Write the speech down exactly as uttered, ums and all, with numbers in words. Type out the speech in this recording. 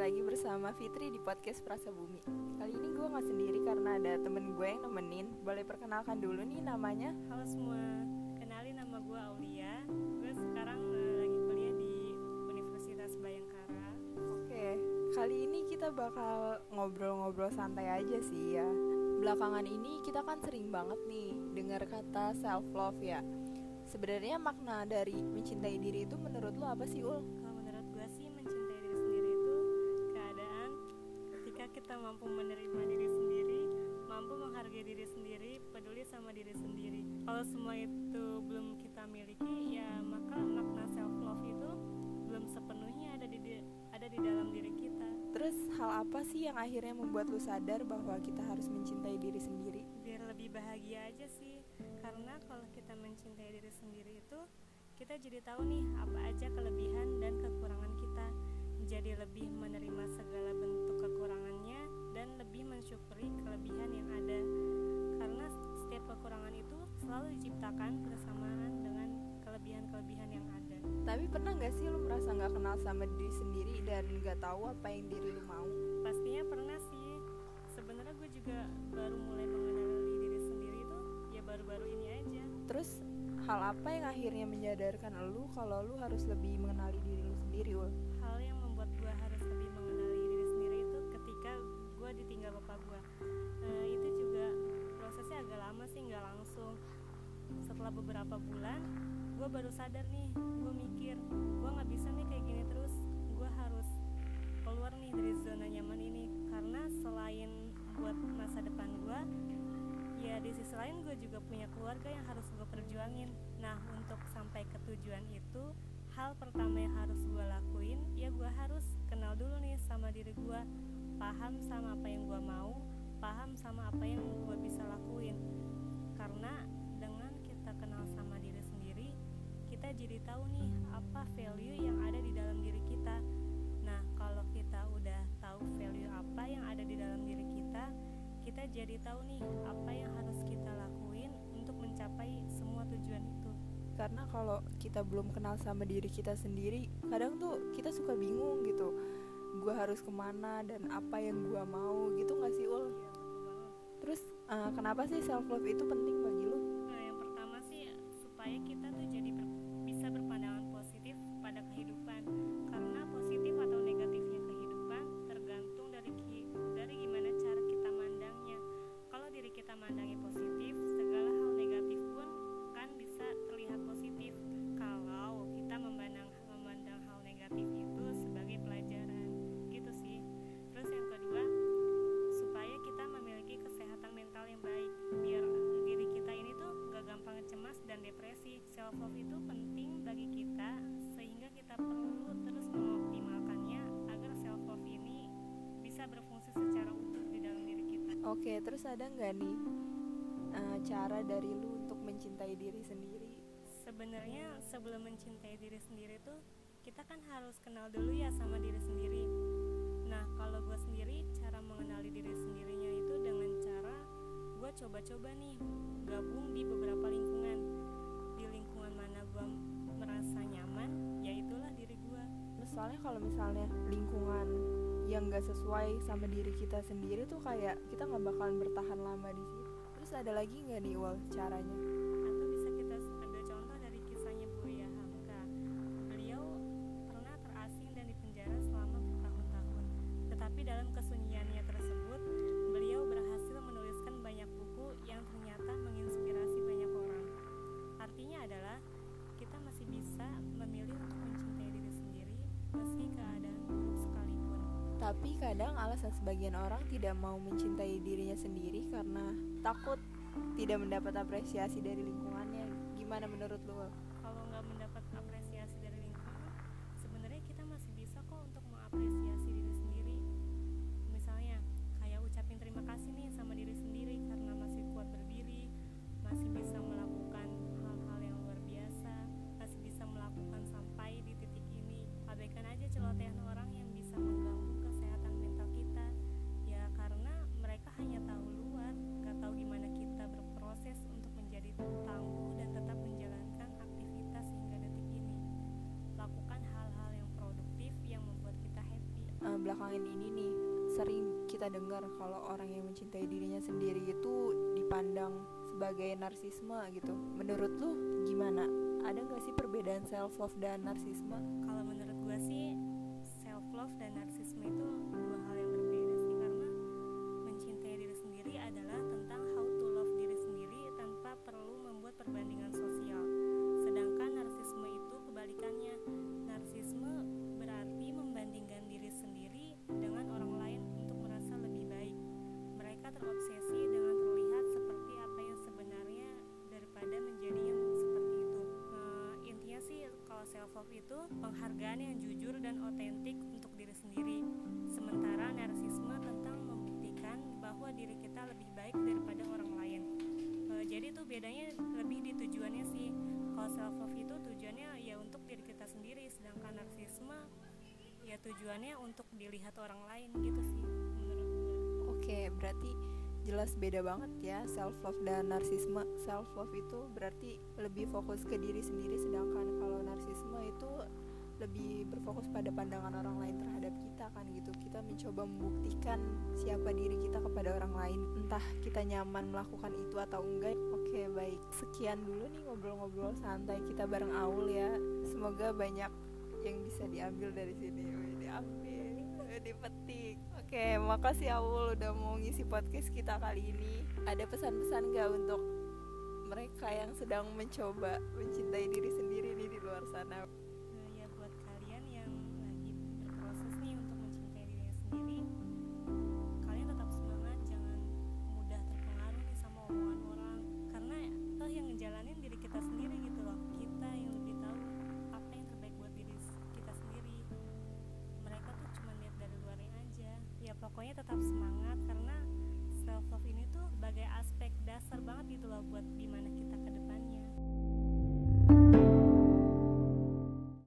lagi bersama Fitri di podcast Prasa Bumi. Kali ini gue gak sendiri karena ada temen gue yang nemenin. Boleh perkenalkan dulu nih namanya. Halo semua, kenalin nama gue Aulia. Gue sekarang uh, lagi kuliah di Universitas Bayangkara. Oke, kali ini kita bakal ngobrol-ngobrol santai aja sih ya. Belakangan ini kita kan sering banget nih dengar kata self love ya. Sebenarnya makna dari mencintai diri itu menurut lo apa sih, Ul? Kalau menurut gue sih mencintai diri sendiri itu keadaan ketika kita mampu menerima diri sendiri, mampu menghargai diri sendiri, peduli sama diri sendiri. Kalau semua itu belum kita miliki, ya maka makna self love itu belum sepenuhnya ada di ada di dalam diri kita. Terus hal apa sih yang akhirnya membuat lo sadar bahwa kita harus mencintai diri sendiri? Biar lebih bahagia aja sih. Karena kalau kita mencintai diri sendiri itu kita jadi tahu nih apa aja kelebihan dan kekurangan kita. Jadi lebih menerima segala bentuk kekurangannya dan lebih mensyukuri kelebihan yang ada. Karena setiap kekurangan itu selalu diciptakan bersamaan dengan kelebihan-kelebihan yang ada. Tapi pernah gak sih lu merasa gak kenal sama diri sendiri dan gak tahu apa yang diri lu mau? Pastinya pernah sih. Sebenarnya gue juga baru mulai mengenali diri sendiri itu ya baru-baru ini aja. Terus hal apa yang akhirnya menyadarkan lu kalau lu harus lebih mengenali diri lu sendiri, Ul? Hal yang membuat gue harus lebih mengenali diri sendiri itu ketika gue ditinggal bapak gue. Nah, itu juga prosesnya agak lama sih, gak langsung. Setelah beberapa bulan gue baru sadar nih, gue mikir gue gak bisa nih kayak gini terus. Gue harus keluar nih dari zona nyaman ini. Karena selain buat masa depan gue, ya di sisi lain gue juga punya keluarga yang harus gue perjuangin. Nah, untuk sampai ke tujuan itu, hal pertama yang harus gue lakuin, ya gue harus kenal dulu nih sama diri gue, paham sama apa yang gue mau, paham sama apa yang gue bisa lakuin. Karena dengan kita kenal sama diri sendiri, kita jadi tahu nih apa value yang ada di dalam diri kita. Nah, kalau kita udah tahu value apa yang ada di dalam diri kita, kita jadi tahu nih apa yang harus kita lakuin untuk mencapai semua tujuan itu. Karena kalau kita belum kenal sama diri kita sendiri, kadang tuh kita suka bingung gitu, gue harus kemana dan apa yang gue mau gitu gak sih, Ul? Iya, betul banget. Terus uh, kenapa sih self love itu penting bagi lu? Nah, yang pertama sih supaya kita tuh jadi ber, bisa berpandangan positif pada kehidupan. Karena positif atau negatifnya kehidupan tergantung dari dari gimana cara kita mandangnya. Kalau diri kita mandangnya positif, segala hal negatif pun kan bisa terlihat positif. Kalau kita memandang memandang hal negatif itu sebagai pelajaran, gitu sih. Terus yang kedua, supaya kita memiliki kesehatan mental yang baik, biar diri kita ini tuh gak gampang cemas dan depresi. Self love itu penting bagi kita, sehingga kita perlu terus mengoptimalkannya agar self love ini bisa berfungsi secara utuh di dalam diri kita. Oke, terus ada gak nih uh, cara dari lu untuk mencintai diri sendiri? Sebenarnya sebelum mencintai diri sendiri tuh kita kan harus kenal dulu ya sama diri sendiri. Nah, kalau gue sendiri cara mengenali diri sendirinya itu dengan cara gue coba-coba nih gabung di beberapa lingkungan. Di lingkungan mana gue merasa nyaman, ya itulah diri gue. Soalnya kalau misalnya lingkungan yang gak sesuai sama diri kita sendiri tuh kayak kita gak bakalan bertahan lama di situ. Terus ada lagi gak nih, Wal, caranya? Atau bisa kita ambil contoh dari kisahnya Buya Hamka. Beliau pernah terasing dan dipenjara selama bertahun-tahun. Tetapi dalam kesunyiannya tersebut, beliau berhasil menuliskan banyak buku yang ternyata menginspirasi banyak orang. Artinya adalah kita masih bisa memilih untuk mencintai diri sendiri meski keadaan buruk sekalipun. Tapi kadang alasan sebagian orang tidak mau mencintai dirinya sendiri karena takut tidak mendapat apresiasi dari lingkungannya. Gimana menurut lu? Kalau nggak mendapat apresiasi dari lingkungan, sebenarnya kita masih bisa kok untuk mengapresiasi diri sendiri. Misalnya kayak ucapin terima kasih nih sama diri sendiri karena masih kuat berdiri, masih bisa melakukan hal-hal yang luar biasa, masih bisa melakukan sampai di titik ini. Abaikan aja celotehan orang yang bisa mengganggu kesehatan mental kita. Ya karena mereka hanya tahu luar, gak tahu gimana kita berproses untuk menjadi tangguh dan tetap menjalankan aktivitas hingga detik ini. belakangan ini nih sering kita dengar kalau orang yang mencintai dirinya sendiri itu dipandang sebagai narsisme gitu. Menurut lu gimana? Ada nggak sih perbedaan self love dan narsisme? Kalau menurut gue sih self love dan narsisme itu dua hal yang berbeda sih, karena mencintai diri sendiri adalah tentang how to love diri sendiri tanpa perlu membuat perbandingan sosial. Sedangkan narsisme itu kebalikannya. Narsisme berarti membandingkan diri sendiri dengan orang lain untuk merasa lebih baik. Mereka terobsesi dengan terlihat seperti apa yang sebenarnya daripada menjadi yang seperti itu. Uh, intinya sih kalau self love itu penghargaan yang jujur dan otentik untuk diri sendiri. Sementara narsisme tentang membuktikan bahwa diri kita lebih baik daripada orang lain. Uh, jadi itu bedanya lebih di tujuannya sih. Kalau self love itu tujuannya ya untuk diri kita sendiri, sedangkan narsisme ya tujuannya untuk dilihat orang lain gitu sih menurut gue. Oke, berarti jelas beda banget ya self love dan narsisme. Self love itu berarti lebih fokus ke diri sendiri, sedangkan kalau narsisme itu lebih berfokus pada pandangan orang lain terhadap kita kan gitu. Kita mencoba membuktikan siapa diri kita kepada orang lain, entah kita nyaman melakukan itu atau enggak. Oke, baik, sekian dulu nih ngobrol-ngobrol santai kita bareng Aul ya. Semoga banyak yang bisa diambil dari sini. Wih, diambil, wih, dipetik. Oke, makasih Aul udah mau ngisi podcast kita kali ini. Ada pesan-pesan gak untuk mereka yang sedang mencoba mencintai diri sendiri nih di luar sana? Nah, ya buat kalian yang lagi berproses nih untuk mencintai dirinya sendiri, kalian tetap semangat, jangan mudah terpengaruh nih sama omongan orang, karena toh yang ngejalanin diri kita sendiri gitu loh. Kita yang lebih tahu apa yang terbaik buat diri kita sendiri. Mereka tuh cuma lihat dari luarnya aja. Ya pokoknya tetap semangat.